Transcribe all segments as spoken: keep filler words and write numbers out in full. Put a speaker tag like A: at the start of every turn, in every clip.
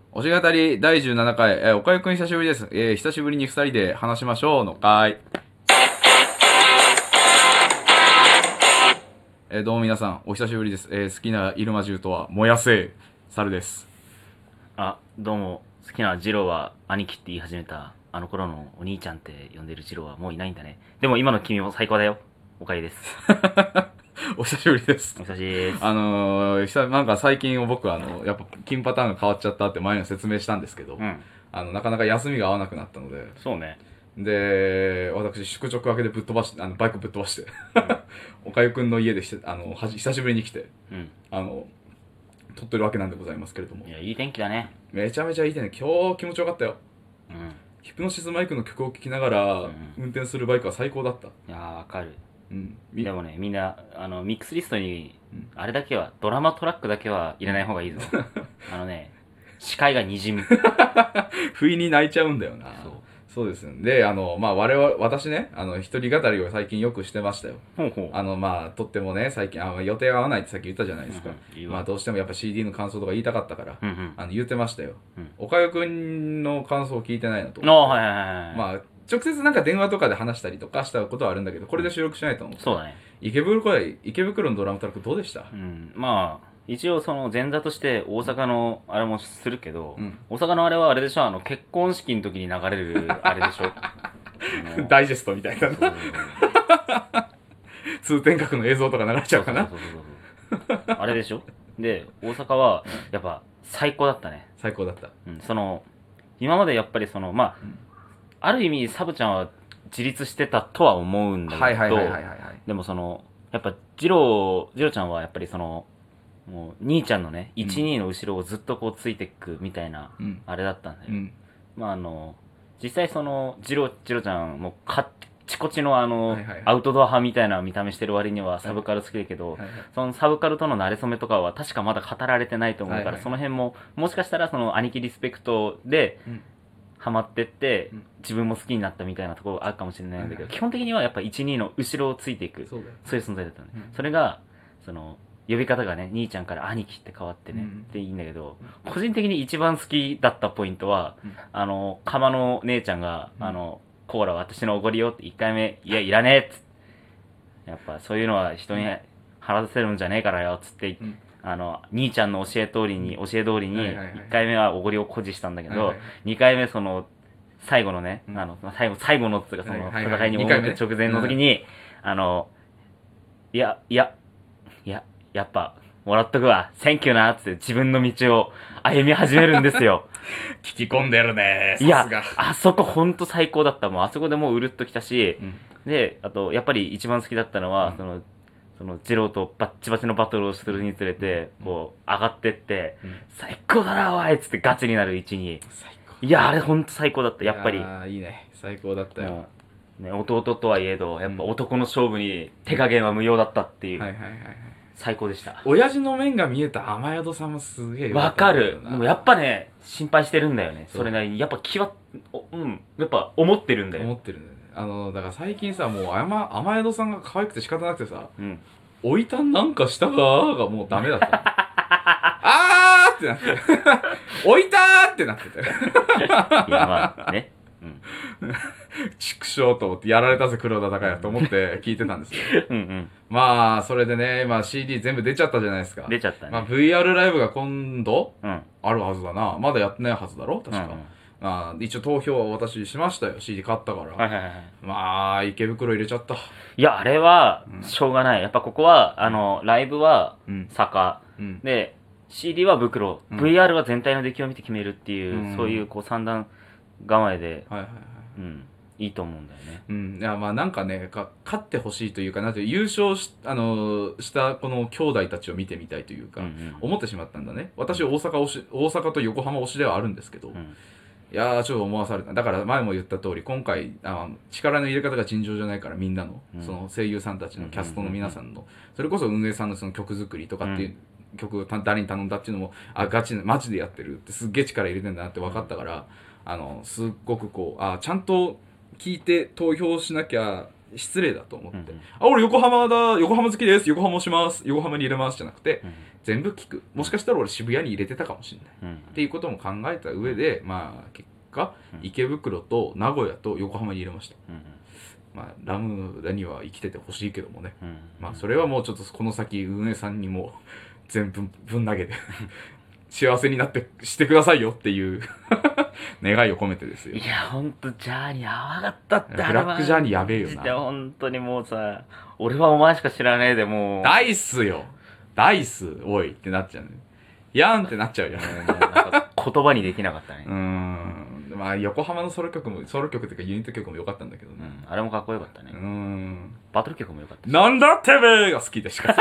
A: 推し語りだいじゅうななかい、えー、おかゆくん久しぶりです。えー、久しぶりにふたりで話しましょうの会。えー、どうも皆さん、お久しぶりです。えー、好きなイルマ獣とは、燃やせ、猿です。
B: あ、どうも、好きなジローは兄貴って言い始めた、あの頃のお兄ちゃんって呼んでるジローはもういないんだね。でも今の君も最高だよ。おかゆです。
A: お久しぶりです。
B: お久しぶりです。
A: あのー、久なんか最近僕はあの、やっぱ金パターンが変わっちゃったって前に説明したんですけど、
B: うん。
A: あの、なかなか休みが合わなくなったので、
B: そうね。
A: で、私、宿直明けでぶっ飛ばして、あの、バイクぶっ飛ばして、おかゆくんの家でして、あの、はじ久しぶりに来て、
B: うん。
A: あの、撮ってるわけなんでございますけれども。
B: いや、いい天気だね。
A: めちゃめちゃいいね。今日気持ちよかったよ。
B: うん。
A: ヒプノシスマイクの曲を聴きながら
B: うん
A: 運転するバイクは最高だった。
B: いやー、わかる。
A: うん。
B: でもね、みんな、あの、ミックスリストに
A: うん、
B: あれだけは、ドラマトラックだけは入れない方がいいぞ。あのね、視界が滲む。
A: 不意に泣いちゃうんだよな。
B: そう。
A: そうですね。で、あの、まあ、我々、私ね、あの、一人語りを最近よくしてましたよ。
B: ほうほう。
A: あの、まあ、とってもね、最近、あ予定が合わないってさっき言ったじゃないですか。
B: うんうんいいわ
A: まあ、どうしてもやっぱ シーディー の感想とか言いたかったから、
B: うんうん
A: あの、言ってましたよ。
B: うん
A: おかゆくんの感想を聞いてないなと
B: あー、
A: 思って。
B: はいはいはいはい。
A: まあ、直接なんか電話とかで話したりとかしたことはあるんだけど、これで収録しないと思う。
B: そうだね。
A: 池袋へ、池袋のドラムトラックどうでした？
B: うん、まあ一応その前座として大阪のあれもするけど、
A: うん
B: 大阪のあれはあれでしょ、あの結婚式の時に流れるあれでしょ。あの
A: ダイジェストみたいな
B: そうそう
A: 通天閣の映像とか流れちゃうかな。
B: そうそうそうそうそうあれでしょ。で大阪はやっぱ最高だったね。
A: 最高だった。
B: うん、その今までやっぱりそのまあ、
A: うん
B: ある意味サブちゃんは自立してたとは思うんだけど、
A: はいはいはいはいはいはい。
B: でもそのやっぱジロージロちゃんはやっぱりそのもう兄ちゃんのね、いち、にの後ろをずっとこうついていくみたいな、
A: うん
B: あれだったんだよ。
A: うん
B: まああの、実際その、ジロ、ジロちゃんもカッチコチのあの、
A: はいはいはい
B: アウトドア派みたいな見た目してる割にはサブカル好きだけど、
A: はいはい
B: そのサブカルとの馴れ初めとかは確かまだ語られてないと思うから、
A: はいはい
B: その辺も、もしかしたらその兄貴リスペクトで、
A: うん
B: ハマってって、
A: うん
B: 自分も好きになったみたいなところがあるかもしれないんだけど、
A: はいはい
B: 基本的にはやっぱいち、にの後ろをついていく、
A: そうだよ。
B: そういう存在だったのね。
A: うん
B: それが、その、呼び方がね、兄ちゃんから兄貴って変わってね、
A: うん
B: っていいんだけど、個人的に一番好きだったポイントは、
A: うん
B: あの、釜の姉ちゃんが、
A: うん
B: あの、コーラ私のおごりよって一回目、いや、いらねえっつってやっぱそういうのは人に払わせるんじゃねえからよっつって、
A: うん
B: あの、兄ちゃんの教え通りに、教え通りに、
A: はいはいはい
B: 一回目はおごりを誇示したんだけど
A: はいはい、
B: 二回目その、最後のね、
A: うん
B: あの、最後、最後のっつうかその、
A: はいはいはい
B: 戦いに赴
A: 二回目ね
B: く直前の時に、あの、いや、いや、いや、やっぱ、もらっとくわ、センキューな、つって自分の道を歩み始めるんですよ。
A: 聞き込んでるね。
B: いや
A: さすが。、
B: あそこほんと最高だった。もうあそこでもううるっときたし、
A: うん
B: で、あと、やっぱり一番好きだったのは、
A: うん
B: その、その、ジローとバッチバチのバトルをするにつれて、こう、上がってって、
A: うん
B: 最高だな、おいっつってガチになる位置に。
A: 最高。
B: いや、あれほんと最高だった。やっぱり。
A: ああ、いいね。最高だったよ。
B: もう、ね、弟とはいえど、やっぱ男の勝負に手加減は無用だったっていう、
A: はいはいはいはい。
B: 最高でした。
A: 親父の面が見えた甘宿さんもすげえ良
B: わ
A: った
B: かる。
A: んだよな
B: でもやっぱね、心配してるんだよね。
A: そう
B: それなりに。やっぱ気は、おうん。やっぱ思ってるんだよ。
A: 思ってるんだよね。あの、だから最近さ、もう甘甘宿さんが可愛くて仕方なくてさ、
B: うん。
A: おいたんなんかしたかーがもうダメだったの。あーってなって。おいたーってなってて。
B: いや、まあ、ね。うん。
A: 畜生と思って、やられたぜ黒田高也と思って聞いてたんですよ。
B: うんうん。
A: まあ、それでね、まあ シーディー 全部出ちゃったじゃないですか。
B: 出ちゃったね。
A: まあ ブイアール ライブが今度
B: うん。
A: あるはずだな。まだやってないはずだろ確か。
B: うんうん
A: まあ、一応投票は私しましたよ。シーディー 買ったから。
B: はいはいはい。
A: まあ、池袋入れちゃった。
B: いや、あれは
A: う、ん
B: しょうがない。やっぱここは、あの、ライブは
A: うん、
B: 坂。
A: うん。
B: で、シーディー は袋。
A: うん
B: ブイアール は全体の出来を見て決めるっていう、
A: うん
B: そういう、こう、三段構えで、
A: はいはいはい。
B: うん、いいと思うんだよね。
A: うん。いや、まあなんかね、か勝ってほしいというか、なんていう優勝し、あのーしたこの兄弟たちを見てみたいというか、
B: うんうん
A: 思ってしまったんだね。私、大阪推し、大阪と横浜推しではあるんですけど、
B: うん。
A: いやー、ちょっと思わされた。だから前も言った通り、今回、あ力の入れ方が尋常じゃないから、みんなの、
B: うん
A: その声優さんたちのキャストの皆さんの、それこそ運営さんのその曲作りとかっていう、曲をた誰に頼んだっていうのも、あ、ガチで、マジでやってるってすっげえ力入れてんだなって分かったから、あの、すっごくこう、あ、ちゃんと聞いて投票しなきゃ失礼だと思って、
B: うんうん
A: あ、俺横浜だ、横浜好きです、横浜押します、横浜に入れますじゃなくて、 全部聞く。もしかしたら俺渋谷に入れてたかもしれない、
B: うん、
A: っていうことも考えた上で、まあ結果池袋と名古屋と横浜に入れました。
B: うん、
A: まあラムダには生きててほしいけどもね、
B: うん、
A: まあそれはもうちょっとこの先運営さんにも全部ぶん投げて幸せになってしてくださいよっていう願いを込めてですよ。
B: いやほんとジャーニーやばかったって。
A: ブラックジャーニーやべえよな。
B: いや本当にもうさ、俺はお前しか知らねえでもう
A: ダイスよダイスおいってなっちゃうね。やんってなっちゃうじゃん。
B: なんか言葉にできなかったね。
A: うーん。まあ横浜のソロ曲も、ソロ曲っていうかユニット曲も良かったんだけどね。
B: うん、あれもかっこよかったね。
A: うーん。
B: バトル曲もよかったし。
A: なんだてめえが好きでしか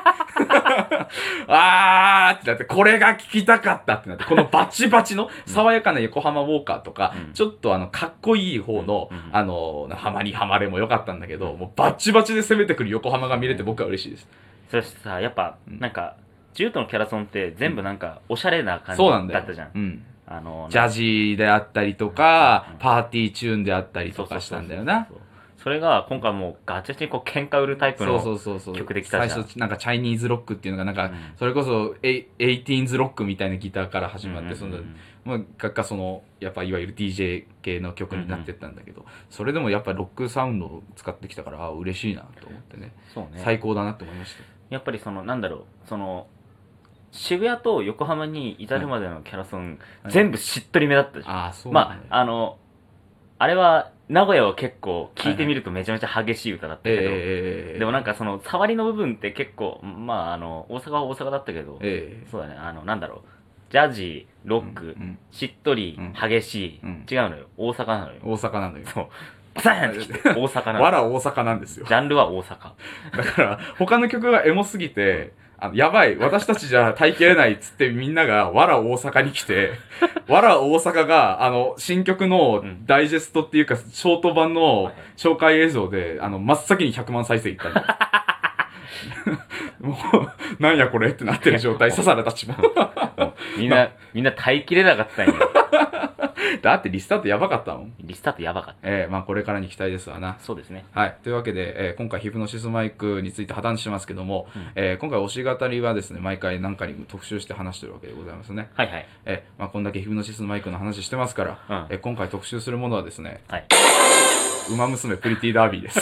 A: あーってなって、これが聞きたかったってなって、このバチバチの爽やかな横浜ウォーカーとか、うん、ちょっとあの、かっこいい方の、うん、あの、ハマにハマれも良かったんだけど、もうバチバチで攻めてくる横浜が見れて僕は嬉しいです。
B: そしてさ、やっぱ、なんか、ジュートのキャラソンって全部なんか、おしゃれな感じだったじゃん。
A: うん。
B: あの
A: ジャジーであったりとか、うん、パーティーチューンであったりとかしたんだよな。
B: それが今回もうガチガチにこう喧嘩売るタイプの曲できたじゃん。
A: 最初なんかチャイニーズロックっていうのがなんか、うん、それこそエイティーンズロックみたいなギターから始まって、その、まあ、がかその、やっぱいわゆる ディージェー 系の曲になってったんだけど、うんうん、それでもやっぱロックサウンドを使ってきたから、あ嬉しいなと思ってね。そうね。最高だなって思いました。
B: やっぱりその、なんだろう、その、渋谷と横浜に至るまでのキャラソン、はい、全部しっとりめだったじゃん。
A: ああ、そうなんだ、ね。
B: まあ、あの、あれは、名古屋は結構聞いてみるとめちゃめちゃ激しい歌だったけど、はいはいえー、でもなんかその触りの部分って結構、まああの、大阪は大阪だったけど、えー、そうだね、あの、なんだろう、ジャジー、ロック、うんうん、しっとり、うん、激しい、うん、違うのよ、大阪なのよ。
A: 大阪なのよ。
B: そう。バサーンってきて、大阪なのよ。
A: わら大阪なんですよ。
B: ジャンルは大阪。
A: だから、他の曲がエモすぎて、あのやばい、私たちじゃ耐えきれないっつってみんながわら大阪に来て、わら大阪が、あの、新曲のダイジェストっていうか、ショート版の紹介映像で、あの、真っ先にひゃくまん再生いったんだ。もう、なんやこれってなってる状態、ササラたちも。
B: みんな、みんな耐えきれなかったんや。
A: だってリスタートやばかったもん。
B: リスタートやばかった。
A: ええー、まあこれからに期待ですわな。
B: そうですね。
A: はい。というわけで、えー、今回ヒプノシスマイクについて破談してますけども、うん、えー、今回推し語りはですね、毎回何かに特集して話してるわけでございますね。
B: はいはい。
A: えー、まあこんだけヒプノシスマイクの話してますから、うん、えー、今回特集するものはですね、はい。ウマ娘プリティダービーです。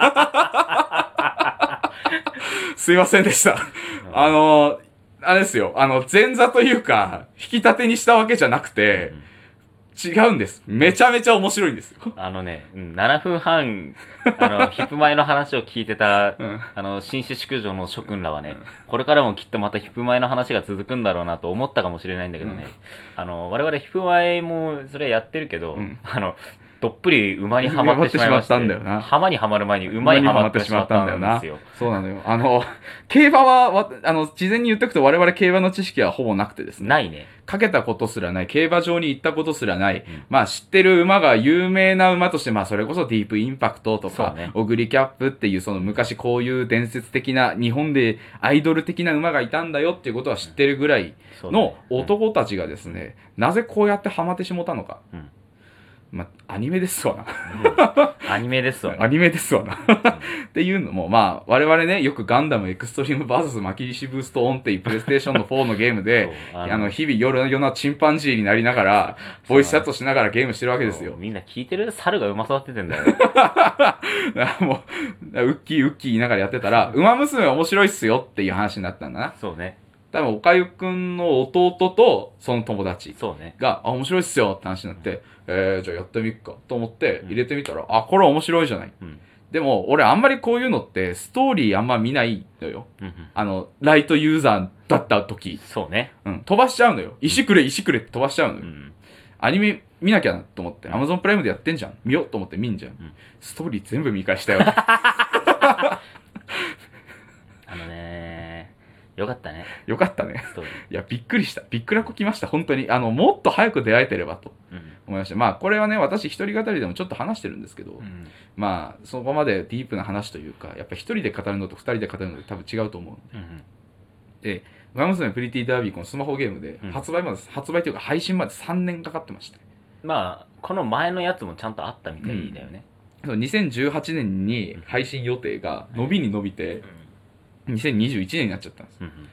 A: すいませんでした。あの、あれですよ、あの、前座というか、引き立てにしたわけじゃなくて、うん違うんです。めちゃめちゃ面白いんですよ。
B: あのね、ななふんはん、あの、ヒップ前の話を聞いてた、うん、あの、紳士宿女の諸君らはね、うん、これからもきっとまたヒップ前の話が続くんだろうなと思ったかもしれないんだけどね、うん、あの、我々ヒップ前もそれやってるけど、うん、あの、どっぷり馬にはまってしまいまして、浜にはまる前に馬にはまってしまったんだよな。
A: そうなのよ。あの、競馬は、あの、事前に言っておくと我々競馬の知識はほぼなくてですね。
B: ないね。
A: かけたことすらない、競馬場に行ったことすらない、うん、まあ知ってる馬が有名な馬として、まあそれこそディープインパクトとか、ね、オグリキャップっていうその昔こういう伝説的な、日本でアイドル的な馬がいたんだよっていうことは知ってるぐらいの男たちがですね、うん、なぜこうやってハマってしもたのか。うんまあ、アニメですわな、
B: うん。アニメですわ
A: な。アニメですわな。っていうのも、まあ、我々ね、よくガンダムエクストリームバーサスマキリシブーストオンっていうプレイステーションのフォーのゲームで、あの、あの日々夜夜なチンパンジーになりながら、ボイスチャットしながらゲームしてるわけですよ。
B: みんな聞いてる猿が馬育ててんだよ。
A: もう、ウッキーウッキー言いながらやってたら、馬娘面白いっすよっていう話になったんだな。
B: そうね。
A: 多分、おかゆくんの弟と、その友達
B: そうね。
A: が、あ、面白いっすよって話になって、えー、じゃあやってみっかと思って入れてみたら、うん、あ、これ面白いじゃない。うん、でも、俺あんまりこういうのって、ストーリーあんま見ないのよ。うんうん、あの、ライトユーザーだった時。
B: そうね。
A: うん。飛ばしちゃうのよ。石くれ、石くれって飛ばしちゃうのよ。うん、アニメ見なきゃなと思って、Amazon プライムでやってんじゃん。見ようと思って見んじゃん。うん、ストーリー全部見返したよ。
B: あのねよかったね。
A: よかったね。いや、びっくりした。びっくらこきました。本当に。あの、もっと早く出会えてればと思いました。うん、まあ、これはね、私一人語りでもちょっと話してるんですけど、うん、まあ、そこまでディープな話というか、やっぱ一人で語るのと二人で語るので多分違うと思うので。うん、で、ウマ娘プリティダービーこのスマホゲームで、発売まで、うん、発売というか配信までさんねんかかってました。
B: まあ、この前のやつもちゃんとあったみたいだよね。
A: うん、にせんじゅうはちねんに配信予定が伸びに伸びて、にせんにじゅういちねんになっちゃったんです。うんうん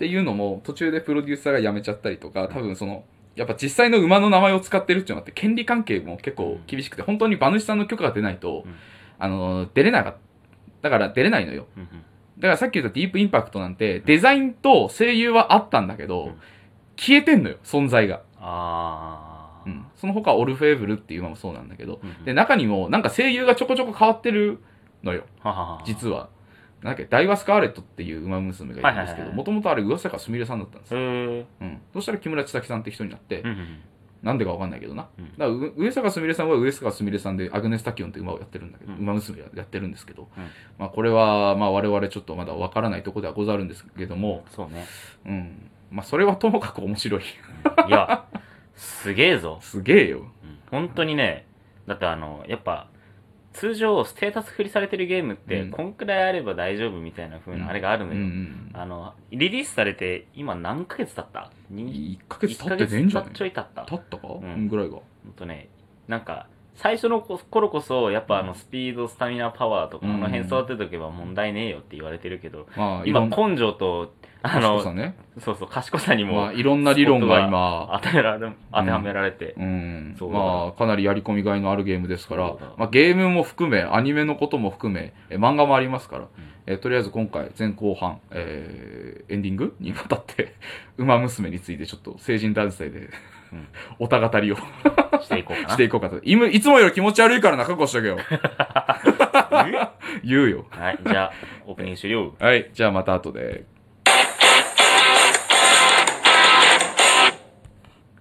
A: っていうのも途中でプロデューサーが辞めちゃったりとか、多分そのやっぱ実際の馬の名前を使ってるっていうのがあって、権利関係も結構厳しくて、本当に馬主さんの許可が出ないと、うん、あの出れなかった。だから出れないのよ。うんうん、だからさっき言ったディープインパクトなんて、デザインと声優はあったんだけど、うん、消えてんのよ、存在が。あ、うん、その他オルフェーブルっていう馬もそうなんだけど、うんうん、で中にもなんか声優がちょこちょこ変わってるのよ、ははは実は。なんだっけ、ダイワスカーレットっていう馬娘がいるんですけど、もともとあれ上坂すみれさんだったんですよ。うん。そしたら木村千咲さんって人になって、うんうん、なんでかわかんないけどな。うん、だから上坂すみれさんは上坂すみれさんでアグネスタキオンって馬をやってるんだけど、うん、馬娘をやってるんですけど、うん、まあこれはまあ我々ちょっとまだわからないところではござるんですけども、
B: そうね。
A: うん。まあそれはともかく面白い。
B: いや、すげえぞ。
A: すげえよ。
B: うん、本当にね、だってあの、やっぱ、通常ステータス振りされてるゲームって、うん、こんくらいあれば大丈夫みたいな風なあれがあるのよ、うんうん、あのリリースされて今何ヶ月経った？
A: いっかげつ経ってねえんじゃない？
B: ちょい経った
A: 経ったか、うん、ぐらいが。ほ
B: んとね、なんか最初の頃こそやっぱあのスピードスタミナパワーとか、うん、あの辺育てとけば問題ねえよって言われてるけど、まあ、今根性とあの
A: 賢さね、
B: そうそう賢さにも、
A: まあ、いろんな理論が今
B: 当てられ当てはめられて、
A: うんうん、そうまあかなりやり込みがいのあるゲームですから、まあ、ゲームも含めアニメのことも含めえ漫画もありますから、うん、えとりあえず今回前後半、えー、エンディングにわたって馬娘についてちょっと成人男性で、うん、おた語りを
B: していこうかな
A: していこうかと。いいつもより気持ち悪いからな、覚悟しとけよ。言うよ。
B: はい、じゃあオープニング終了。
A: はい、じゃあまた後で。